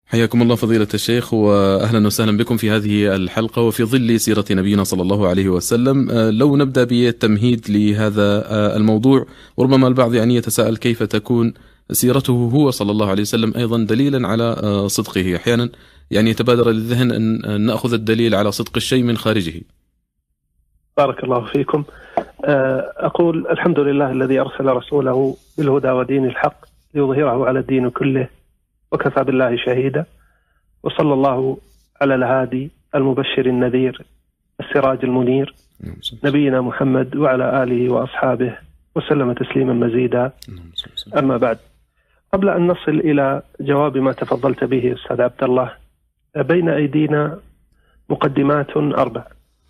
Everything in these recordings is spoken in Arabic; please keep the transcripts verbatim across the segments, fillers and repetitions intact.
حياكم الله فضيلة الشيخ، وأهلا وسهلا بكم في هذه الحلقة وفي ظل سيرة نبينا صلى الله عليه وسلم. لو نبدأ بالتمهيد لهذا الموضوع، وربما البعض يعني يتساءل كيف تكون سيرته هو صلى الله عليه وسلم أيضا دليلا على صدقه. أحيانا يعني يتبادر للذهن أن نأخذ الدليل على صدق الشيء من خارجه. بارك الله فيكم. أقول الحمد لله الذي أرسل رسوله بالهدى ودين الحق ليظهره على الدين كله وكفى بالله شهيدا، وصلى الله على الهادي المبشر النذير السراج المنير نبينا محمد وعلى آله وأصحابه وسلم تسليما مزيدا. أما بعد، قبل أن نصل إلى جواب ما تفضلت به أستاذ عبد الله، بين أيدينا مقدمات أربع.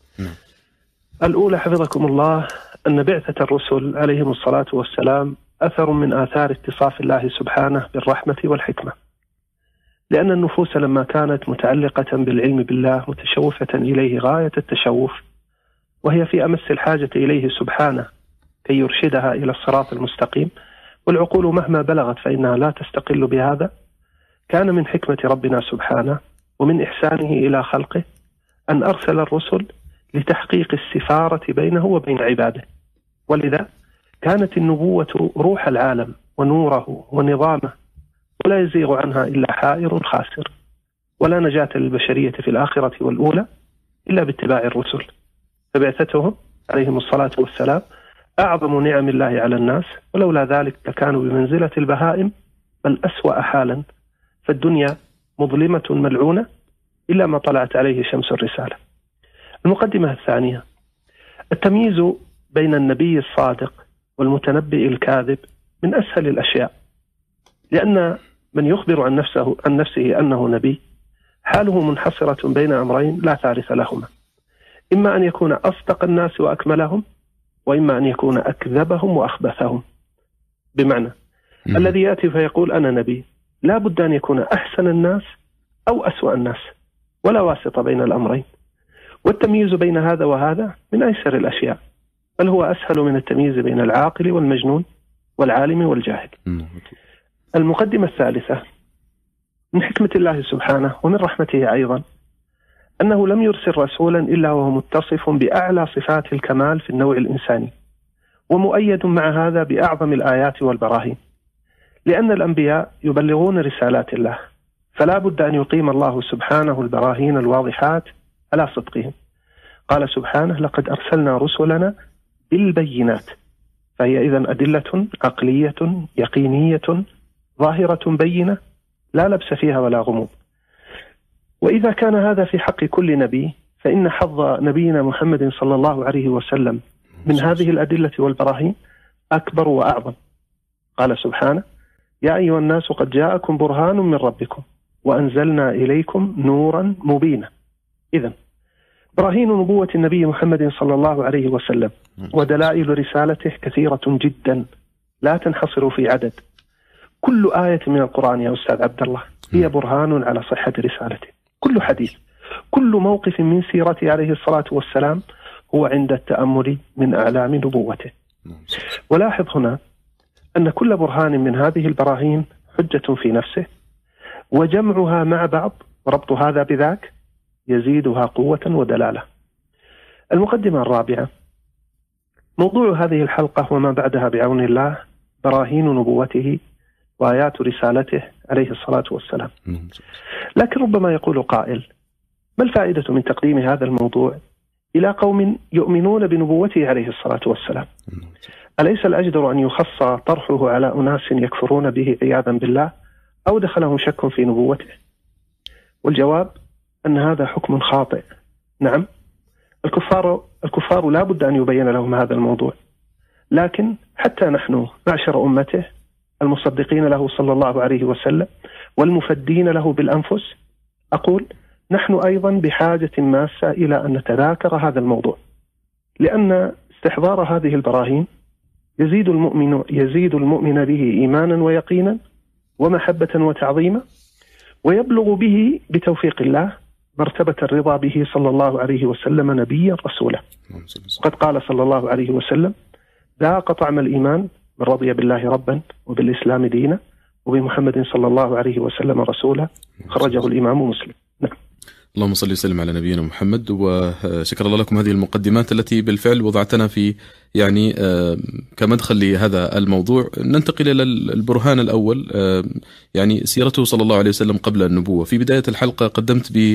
الأولى حفظكم الله أن بعثة الرسل عليهم الصلاة والسلام أثر من آثار اتصاف الله سبحانه بالرحمة والحكمة، لأن النفوس لما كانت متعلقة بالعلم بالله متشوفة إليه غاية التشوف، وهي في أمس الحاجة إليه سبحانه كي يرشدها إلى الصراط المستقيم، والعقول مهما بلغت فإنها لا تستقل بهذا، كان من حكمة ربنا سبحانه ومن إحسانه إلى خلقه أن أرسل الرسل لتحقيق السفارة بينه وبين عباده. ولذا كانت النبوة روح العالم ونوره ونظامه، ولا يزيغ عنها إلا حائر خاسر، ولا نجاة للبشرية في الآخرة والأولى إلا باتباع الرسل. فبعثتهم عليهم الصلاة والسلام أعظم نعم الله على الناس، ولولا ذلك لكانوا بمنزلة البهائم بل أسوأ حالا، فالدنيا مظلمة ملعونة إلا ما طلعت عليه شمس الرسالة. المقدمة الثانية: التمييز بين النبي الصادق والمتنبئ الكاذب من أسهل الأشياء، لأن من يخبر عن نفسه عن نفسه أنه نبي حاله منحصرة بين أمرين لا ثالث لهما: إما أن يكون أصدق الناس وأكملهم، وإما أن يكون أكذبهم وأخبثهم. بمعنى م- الذي يأتي فيقول أنا نبي لا بد أن يكون أحسن الناس أو أسوأ الناس، ولا واسطة بين الأمرين. والتمييز بين هذا وهذا من أيسر الأشياء، بل هو أسهل من التمييز بين العاقل والمجنون والعالم والجاهل. م- المقدمة الثالثة: من حكمة الله سبحانه ومن رحمته أيضا أنه لم يرسل رسولا إلا وهو متصف بأعلى صفات الكمال في النوع الإنساني، ومؤيد مع هذا بأعظم الآيات والبراهين، لأن الأنبياء يبلغون رسالات الله، فلا بد أن يقيم الله سبحانه البراهين الواضحات على صدقهم. قال سبحانه: لقد أرسلنا رسلنا بالبينات، فهي إذن أدلة عقلية يقينية ظاهرة بينة لا لبس فيها ولا غموض. وإذا كان هذا في حق كل نبي، فإن حظ نبينا محمد صلى الله عليه وسلم من هذه الأدلة والبراهين أكبر وأعظم. قال سبحانه: يا أيها الناس قد جاءكم برهان من ربكم وأنزلنا إليكم نورا مبينا. إذن براهين نبوة النبي محمد صلى الله عليه وسلم ودلائل رسالته كثيرة جدا لا تنحصر في عدد. كل آية من القرآن يا أستاذ عبد الله هي برهان على صحة رسالته، كل حديث، كل موقف من سيرته عليه الصلاة والسلام هو عند التأمل من أعلام نبوته. ولاحظ هنا أن كل برهان من هذه البراهين حجة في نفسه، وجمعها مع بعض وربط هذا بذاك يزيدها قوة ودلالة. المقدمة الرابعة: موضوع هذه الحلقة وما بعدها بعون الله براهين نبوته وآيات رسالته عليه الصلاة والسلام. لكن ربما يقول قائل: ما الفائدة من تقديم هذا الموضوع إلى قوم يؤمنون بنبوته عليه الصلاة والسلام؟ أليس الأجدر أن يخص طرحه على أناس يكفرون به عياذا بالله أو دخلهم شك في نبوته؟ والجواب أن هذا حكم خاطئ. نعم، الكفار الكفار لا بد أن يبين لهم هذا الموضوع، لكن حتى نحن معشر أمته المصدقين له صلى الله عليه وسلم والمفدين له بالأنفس، أقول نحن أيضا بحاجة ماسة إلى أن نتذاكر هذا الموضوع، لأن استحضار هذه البراهين يزيد المؤمن يزيد المؤمن به إيمانا ويقينا ومحبة وتعظيما، ويبلغ به بتوفيق الله مرتبة الرضا به صلى الله عليه وسلم نبيا رسولا. قد قال صلى الله عليه وسلم: ذاق طعم الإيمان من رضي بالله ربا وبالإسلام دينا وبمحمد صلى الله عليه وسلم رسولا، خرجه الإمام مسلم. نعم. اللهم صل وسلم على نبينا محمد. وشكر الله لكم هذه المقدمات التي بالفعل وضعتنا في يعني كمدخل لهذا الموضوع. ننتقل إلى البرهان الأول، يعني سيرته صلى الله عليه وسلم قبل النبوة. في بداية الحلقة قدمت ب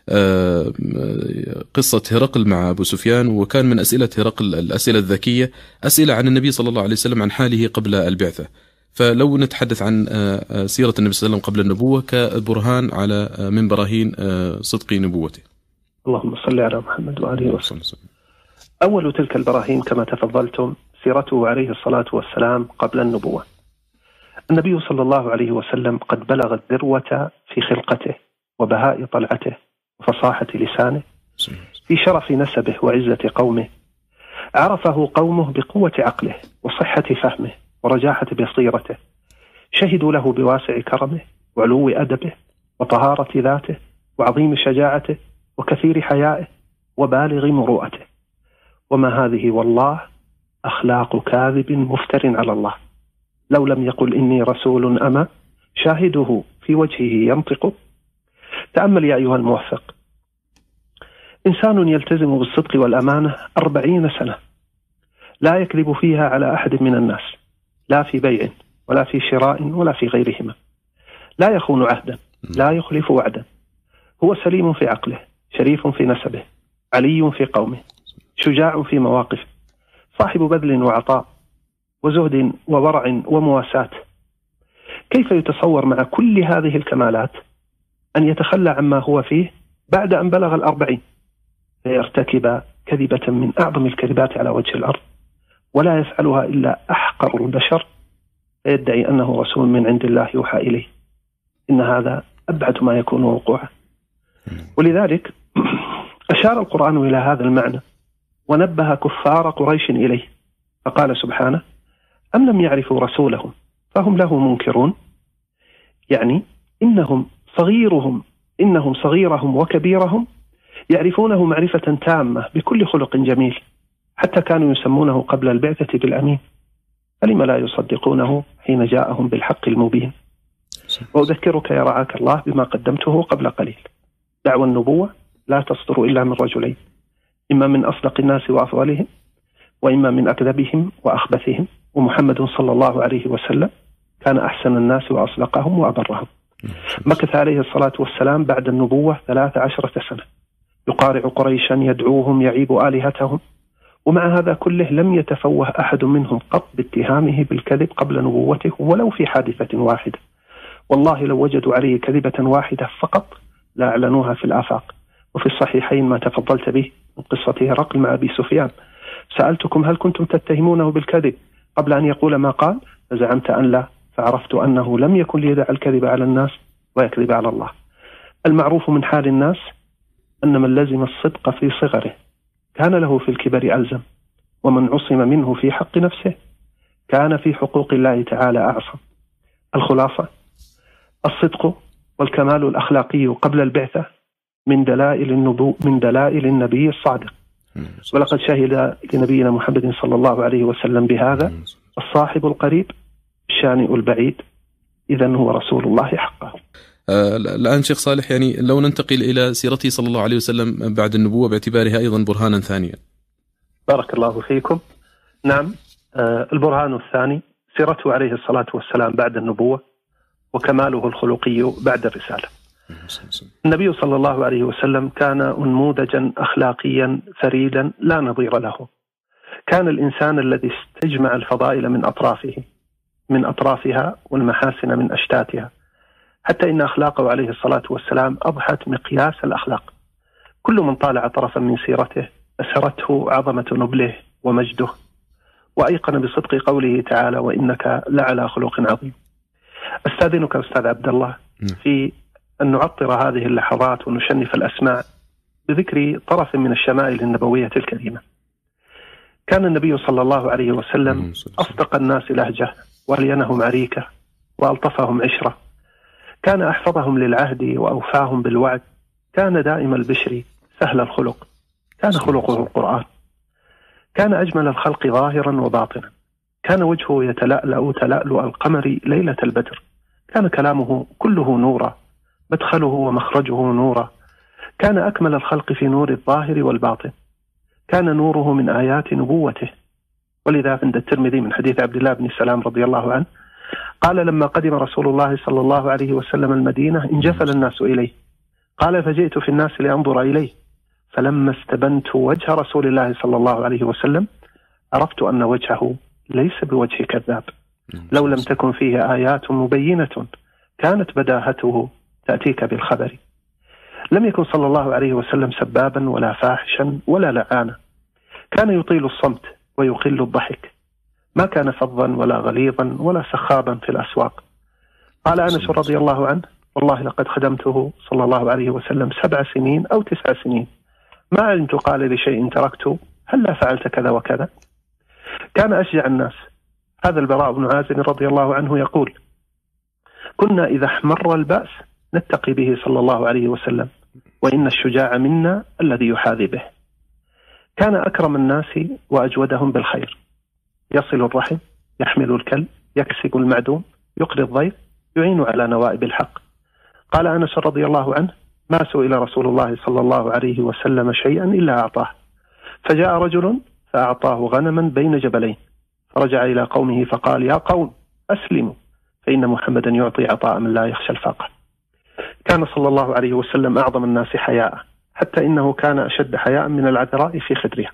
قصة هرقل مع أبو سفيان، وكان من أسئلة هرقل الأسئلة الذكية أسئلة عن النبي صلى الله عليه وسلم عن حاله قبل البعثة. فلو نتحدث عن سيرة النبي صلى الله عليه وسلم قبل النبوة كبرهان على من براهين صدق نبوته. اللهم صل على محمد وآله وسلم. أول تلك البراهين كما تفضلتم سيرته عليه الصلاة والسلام قبل النبوة. النبي صلى الله عليه وسلم قد بلغ الذروة في خلقته وبهاء طلعته وفصاحة لسانه، في شرف نسبه وعزة قومه. عرفه قومه بقوة عقله وصحة فهمه ورجاحة بصيرته، شهدوا له بواسع كرمه وعلو أدبه وطهارة ذاته وعظيم شجاعته وكثير حيائه وبالغ مروءته. وما هذه والله أخلاق كاذب مفتر على الله، لو لم يقل إني رسول أما شاهده في وجهه ينطق. تأمل يا أيها الموفق، إنسان يلتزم بالصدق والأمانة أربعين سنة لا يكذب فيها على أحد من الناس، لا في بيع ولا في شراء ولا في غيرهما، لا يخون عهدا لا يخلف وعدا، هو سليم في عقله، شريف في نسبه، علي في قومه، شجاع في مواقفه، صاحب بذل وعطاء وزهد وورع ومواساة. كيف يتصور مع كل هذه الكمالات أن يتخلى عما هو فيه بعد أن بلغ الأربعين فيرتكب كذبة من أعظم الكذبات على وجه الأرض ولا يفعلها إلا أحقر البشر، فيدعي أنه رسول من عند الله يوحى إليه؟ إن هذا أبعد ما يكون وقوعه. ولذلك أشار القرآن إلى هذا المعنى ونبه كفار قريش إليه، فقال سبحانه: أم لم يعرفوا رسولهم فهم له منكرون. يعني إنهم صغيرهم إنهم صغيرهم وكبيرهم يعرفونه معرفة تامة بكل خلق جميل، حتى كانوا يسمونه قبل البعثة بالأمين، فلم لا يصدقونه حين جاءهم بالحق المبين. وأذكرك يا رعاك الله بما قدمته قبل قليل: دعوى النبوة لا تصدر إلا من رجلين، إما من أصدق الناس وأفضلهم، وإما من أكذبهم وأخبثهم. ومحمد صلى الله عليه وسلم كان أحسن الناس وأصدقهم وأبرهم. مكث عليه الصلاة والسلام بعد النبوة ثلاث عشرة سنة يقارع قريشا يدعوهم يعيب آلهتهم، ومع هذا كله لم يتفوه أحد منهم قط باتهامه بالكذب قبل نبوته ولو في حادثة واحدة. والله لو وجدوا عليه كذبة واحدة فقط لا أعلنوها في الآفاق. وفي الصحيحين ما تفضلت به من قصة هرقل مع أبي سفيان: سألتكم هل كنتم تتهمونه بالكذب قبل أن يقول ما قال؟ فزعمت أن لا، فعرفت أنه لم يكن ليدع الكذب على الناس ويكذب على الله. المعروف من حال الناس أن من لزم الصدق في صغره كان له في الكبر ألزم، ومن عصم منه في حق نفسه كان في حقوق الله تعالى أعصم. الخلاصة: الصدق والكمال الأخلاقي قبل البعثة من دلائل النبو من دلائل النبي الصادق، ولقد شهد لنبينا محمد صلى الله عليه وسلم بهذا الصاحب القريب الشانئ البعيد، إذن هو رسول الله حقا. آه الآن شيخ صالح، يعني لو ننتقل إلى سيرته صلى الله عليه وسلم بعد النبوة باعتبارها أيضا برهانا ثانيا. بارك الله فيكم. نعم، آه البرهان الثاني سيرته عليه الصلاة والسلام بعد النبوة وكماله الخلقي بعد الرسالة. النبي صلى الله عليه وسلم كان نموذجا أخلاقيا فريدا لا نظير له. كان الإنسان الذي استجمع الفضائل من أطرافه من أطرافها والمحاسن من أشتاتها، حتى إن أخلاقه عليه الصلاة والسلام أضحت مقياس الأخلاق. كل من طالع طرفا من سيرته أسرته عظمة نبله ومجده، وأيقن بصدق قوله تعالى: وإنك لعلى خلق عظيم. أستاذنك أستاذ عبد الله في أن نعطر هذه اللحظات ونشنف الأسماع بذكر طرف من الشمائل النبوية الكريمة. كان النبي صلى الله عليه وسلم أصدق الناس لهجة وألينهم عريكة وألطفهم عشرة، كان أحفظهم للعهد وأوفاهم بالوعد، كان دائم البشر سهل الخلق، كان خلقه القرآن، كان أجمل الخلق ظاهرا وباطنا، كان وجهه يتلألأ تلألؤ القمر ليلة البدر، كان كلامه كله نورا، مدخله ومخرجه نورا، كان أكمل الخلق في نور الظاهر والباطن، كان نوره من آيات نبوته. ولذا عند الترمذي من حديث عبد الله بن السلام رضي الله عنه قال لما قدم رسول الله صلى الله عليه وسلم المدينة انجفل الناس إليه، قال فجئت في الناس لأنظر إليه، فلما استبنت وجه رسول الله صلى الله عليه وسلم عرفت أن وجهه ليس بوجه كذاب، لو لم تكن فيه آيات مبينة كانت بداهته تأتيك بالخبر. لم يكن صلى الله عليه وسلم سبابا ولا فاحشا ولا لعانا، كان يطيل الصمت ويقل الضحك، ما كان فظا ولا غليظا ولا سخابا في الأسواق. قال أنس رضي الله عنه والله لقد خدمته صلى الله عليه وسلم سبع سنين أو تسع سنين ما علمت قال لشيء تركته هلا فعلت كذا وكذا. كان أشجع الناس. هذا البراء بن عازب رضي الله عنه يقول كنا إذا احمر البأس نتقي به صلى الله عليه وسلم، وإن الشجاع منا الذي يحاذي به. كان أكرم الناس وأجودهم بالخير، يصل الرحم، يحمل الكلب، يكسب المعدوم، يقري الضيف، يعين على نوائب الحق. قال أنس رضي الله عنه ما سئل رسول الله صلى الله عليه وسلم شيئا إلا أعطاه، فجاء رجل فأعطاه غنما بين جبلين، فرجع إلى قومه فقال يا قوم أسلموا فإن محمدا يعطي عطاء من لا يخشى الفاقة. كان صلى الله عليه وسلم أعظم الناس حياء، حتى إنه كان أشد حياء من العذراء في خدرها.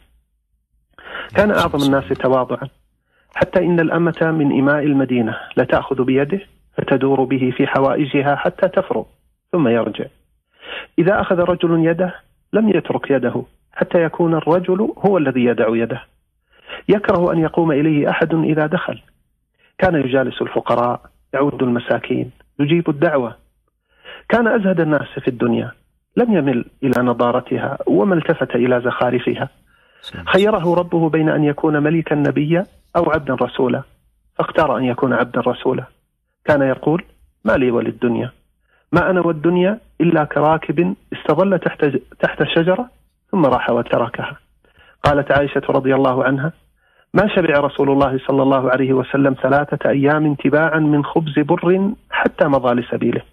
كان أعظم الناس تواضعا، حتى إن الأمة من إماء المدينة لتأخذ بيده فتدور به في حوائجها حتى تفرغ ثم يرجع. إذا أخذ رجل يده لم يترك يده حتى يكون الرجل هو الذي يدع يده. يكره أن يقوم إليه أحد إذا دخل. كان يجالس الفقراء، يعود المساكين، يجيب الدعوة. كان أزهد الناس في الدنيا، لم يمل إلى نضارتها وما التفت إلى زخارفها. خيره ربه بين أن يكون ملكا نبيا أو عبدا رسولا، فاختار أن يكون عبدا رسولا. كان يقول ما لي وللدنيا، ما أنا والدنيا إلا كراكب استظل تحت تحت شجرة ثم راح وتركها. قالت عائشة رضي الله عنها ما شبع رسول الله صلى الله عليه وسلم ثلاثة أيام تباعا من خبز بر حتى مضى لسبيله.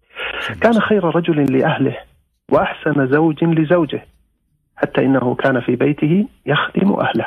كان خير رجل لأهله وأحسن زوج لزوجه، حتى إنه كان في بيته يخدم أهله.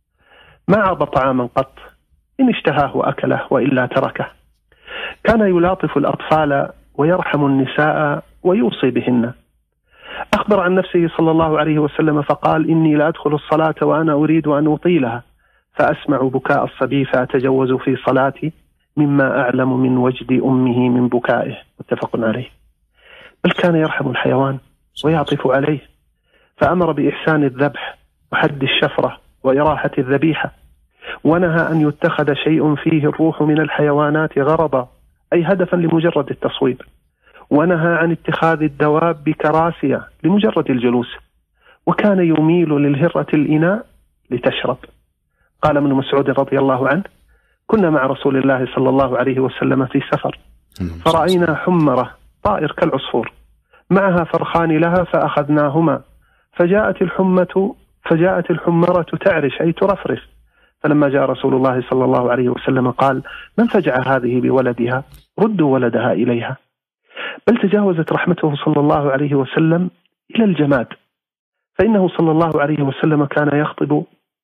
ما عاب طعاما قط، إن اشتهاه وأكله وإلا تركه. كان يلاطف الأطفال ويرحم النساء ويوصي بهن. أخبر عن نفسه صلى الله عليه وسلم فقال إني لا أدخل الصلاة وأنا أريد أن أطيلها، فأسمع بكاء الصبي فأتجوز في صلاتي مما أعلم من وجد أمه من بكائه، متفق عليه. بل كان يرحم الحيوان ويعطف عليه، فأمر بإحسان الذبح وحد الشفرة وإراحة الذبيحة، ونهى أن يتخذ شيء فيه الروح من الحيوانات غرضا أي هدفا لمجرد التصويب، ونهى عن اتخاذ الدواب كراسية لمجرد الجلوس، وكان يميل للهرة الإناء لتشرب. قال ابن مسعود رضي الله عنه كنا مع رسول الله صلى الله عليه وسلم في سفر، فرأينا حمرة طائر كالعصفور معها فرخان لها فأخذناهما، فجاءت الحمة فجاءت الحمرة تعرش أي ترفرف، فلما جاء رسول الله صلى الله عليه وسلم قال من فجع هذه بولدها؟ ردوا ولدها إليها. بل تجاوزت رحمته صلى الله عليه وسلم إلى الجماد، فإنه صلى الله عليه وسلم كان يخطب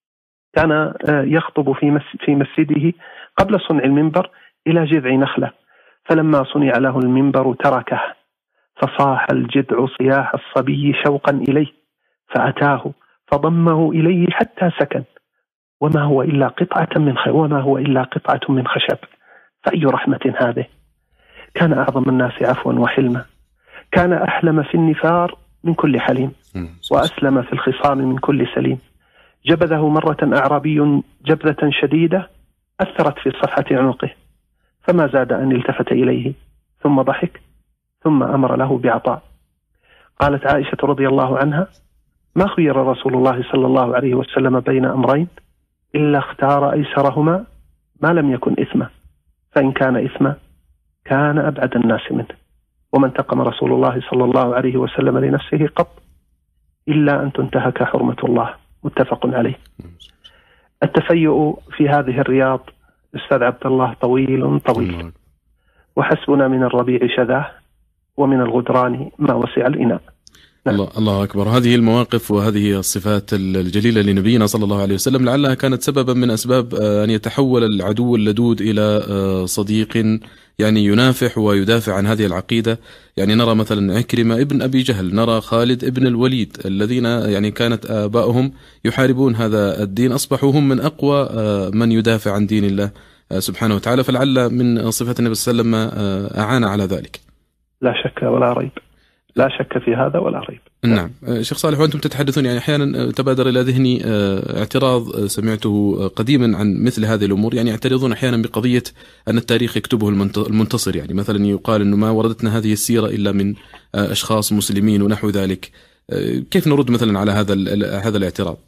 كان يخطب في في مسجده قبل صنع المنبر إلى جذع نخلة، فلما صنع له المنبر تركه، فصاح الجذع صياح الصبي شوقا إليه، فأتاه فضمه إليه حتى سكن، وما هو إلا قطعة من خ... وما هو إلا قطعة من خشب، فأي رحمة هذه. كان أعظم الناس عفوا وحلما، كان أحلم في النفار من كل حليم، وأسلم في الخصام من كل سليم. جبذه مرة أعرابي جبذة شديدة أثرت في صفحة عنقه، فما زاد أن التفت إليه ثم ضحك ثم أمر له بعطاء. قالت عائشة رضي الله عنها ما خير رسول الله صلى الله عليه وسلم بين أمرين إلا اختار أيسرهما ما لم يكن إثما، فإن كان إثما كان أبعد الناس منه، وما انتقم رسول الله صلى الله عليه وسلم لنفسه قط إلا أن تنتهك حرمة الله، متفق عليه. التفيؤ في هذه الرياض أستاذ عبد الله طويل طويل، وحسبنا من الربيع شذاه ومن الغدران ما وسع الإناء. الله الله أكبر. هذه المواقف وهذه الصفات الجليلة لنبينا صلى الله عليه وسلم لعلها كانت سببا من أسباب أن يتحول العدو اللدود إلى صديق يعني ينافح ويدافع عن هذه العقيدة. يعني نرى مثلا عكرمة ابن أبي جهل، نرى خالد ابن الوليد، الذين يعني كانت آباؤهم يحاربون هذا الدين، أصبحوا هم من أقوى من يدافع عن دين الله سبحانه وتعالى. فلعل من صفات النبي صلى الله عليه وسلم أعان على ذلك. لا شك ولا ريب، لا شك في هذا ولا ريب. نعم. شيخ صالح، وأنتم تتحدثون يعني أحيانا تبادر إلى ذهني اعتراض سمعته قديما عن مثل هذه الأمور. يعني يعترضون أحيانا بقضية أن التاريخ يكتبه المنتصر. يعني مثلا يقال أنه ما وردتنا هذه السيرة إلا من أشخاص مسلمين ونحو ذلك. كيف نرد مثلا على هذا هذا الاعتراض؟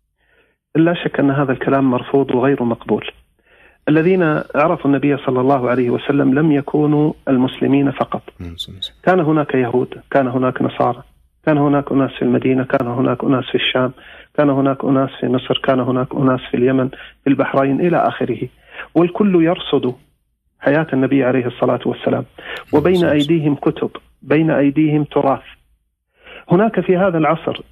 لا شك أن هذا الكلام مرفوض وغير مقبول. الذين عرفوا النبي صلى الله عليه وسلم لم يكونوا المسلمين فقط، كان هناك يهود، كان هناك نصارى، كان هناك أناس في المدينة، كان هناك أناس في الشام، كان هناك أناس في مصر، كان هناك أناس في اليمن، في البحرين إلى آخره، والكل يرصد حياة النبي عليه الصلاة والسلام. وبين أيديهم كتب، بين أيديهم تراث. هناك في هذا العصر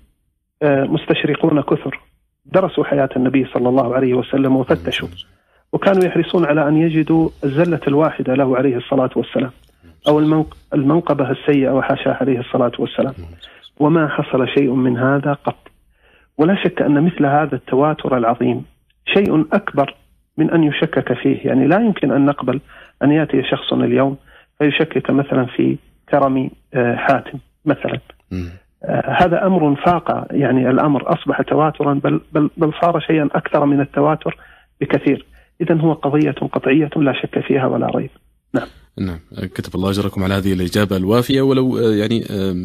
مستشرقون كثر درسوا حياة النبي صلى الله عليه وسلم وفتشوا، وكانوا يحرصون على أن يجدوا الزلة الواحدة له عليه الصلاة والسلام، أو المنقبة السيئة وحاشاه عليه الصلاة والسلام، وما حصل شيء من هذا قط. ولا شك أن مثل هذا التواتر العظيم شيء أكبر من أن يشكك فيه. يعني لا يمكن أن نقبل أن يأتي شخص اليوم فيشكك مثلا في كرم حاتم مثلا. هذا أمر فاق، يعني الأمر أصبح تواترا، بل, بل, بل صار شيئا أكثر من التواتر بكثير. إذن هو قضية قطعية لا شك فيها ولا ريب. نعم. نعم، كتب الله أجركم على هذه الإجابة الوافية. ولو يعني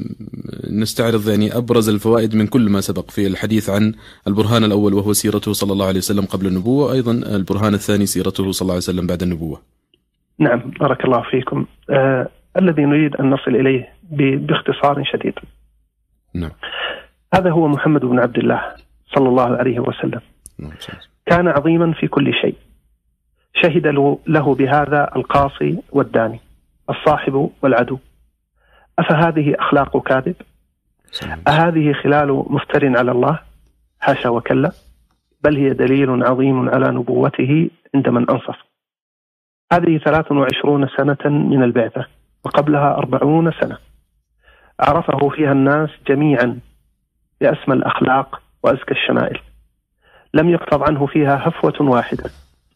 نستعرض يعني أبرز الفوائد من كل ما سبق في الحديث عن البرهان الأول وهو سيرته صلى الله عليه وسلم قبل النبوة، أيضا البرهان الثاني سيرته صلى الله عليه وسلم بعد النبوة. نعم، بارك الله فيكم. آه الذي نريد أن نصل إليه باختصار شديد. نعم. هذا هو محمد بن عبد الله صلى الله عليه وسلم. نعم. كان عظيما في كل شيء، شهد له بهذا القاصي والداني، الصاحب والعدو. أفهذه أخلاق كاذب؟ أهذه خلال مفتر على الله؟ حاشا وكلا، بل هي دليل عظيم على نبوته عند من أنصف. هذه ثلاث وعشرون سنة من البعثة، وقبلها أربعون سنة عرفه فيها الناس جميعا بأسمى الأخلاق وأزكى الشمائل، لم يقفض عنه فيها هفوة واحدة.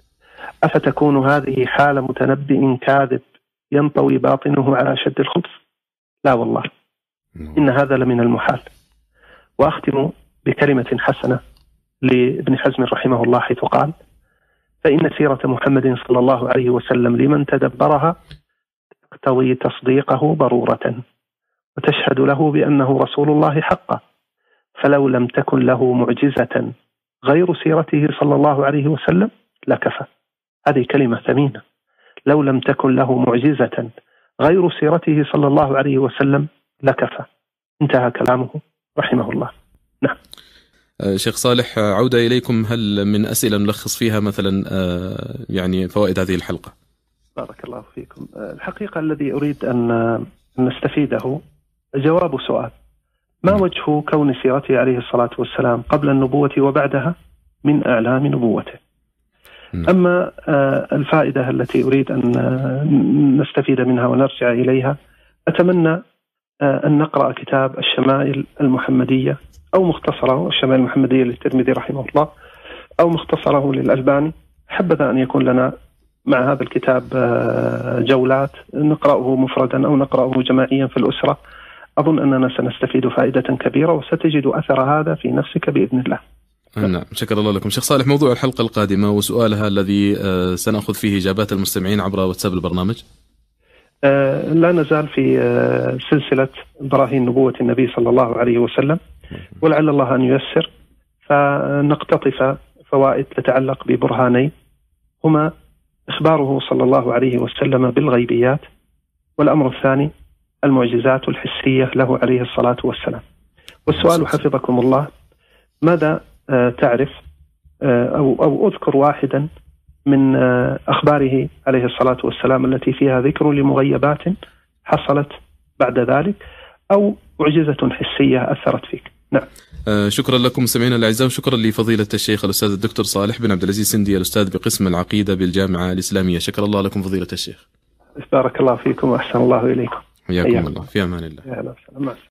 أفتكون هذه حال متنبئ كاذب ينطوي باطنه على شد الخبز؟ لا والله، إن هذا لمن المحال. وأختم بكلمة حسنة لابن حزم رحمه الله، حيث قال: فإن سيرة محمد صلى الله عليه وسلم لمن تدبرها تقتضي تصديقه ضرورة، وتشهد له بأنه رسول الله حقا، فلو لم تكن له معجزة غير سيرته صلى الله عليه وسلم لكفى. هذه كلمة ثمينة. لو لم تكن له معجزة غير سيرته صلى الله عليه وسلم لكفى. انتهى كلامه رحمه الله. نعم. شيخ صالح، عودة إليكم. هل من أسئلة نلخص فيها مثلا يعني فوائد هذه الحلقة؟ بارك الله فيكم. الحقيقة الذي أريد أن نستفيده جواب سؤال: ما وجه كون سيرته عليه الصلاة والسلام قبل النبوة وبعدها من أعلام نبوته؟ أما الفائدة التي أريد أن نستفيد منها ونرجع إليها، أتمنى أن نقرأ كتاب الشمائل المحمدية أو مختصره الشمائل المحمدية للترمذي رحمه الله، أو مختصره للألباني. حبذا أن يكون لنا مع هذا الكتاب جولات نقرأه مفردا أو نقرأه جماعيا في الأسرة. أظن أننا سنستفيد فائدة كبيرة، وستجد أثر هذا في نفسك بإذن الله. نعم، شكر الله لكم. شيخ صالح، موضوع الحلقة القادمة وسؤالها الذي سنأخذ فيه إجابات المستمعين عبر واتساب البرنامج. لا نزال في سلسلة براهين نبوة النبي صلى الله عليه وسلم، ولعل الله أن ييسر فنقتطف فوائد تتعلق ببرهانين، هما إخباره صلى الله عليه وسلم بالغيبيات، والأمر الثاني المعجزات الحسية له عليه الصلاة والسلام. والسؤال حفظكم الله: ماذا تعرف أو, أو أذكر واحدا من أخباره عليه الصلاة والسلام التي فيها ذكر لمغيبات حصلت بعد ذلك، أو معجزة حسية أثرت فيك. نعم. آه شكرا لكم سمعنا الأعزاء، وشكرا لفضيلة الشيخ الأستاذ الدكتور صالح بن عبد العزيز سندي، الأستاذ بقسم العقيدة بالجامعة الإسلامية. شكر الله لكم فضيلة الشيخ. بارك الله فيكم وأحسن الله إليكم. حياكم الله، في أمان الله. يا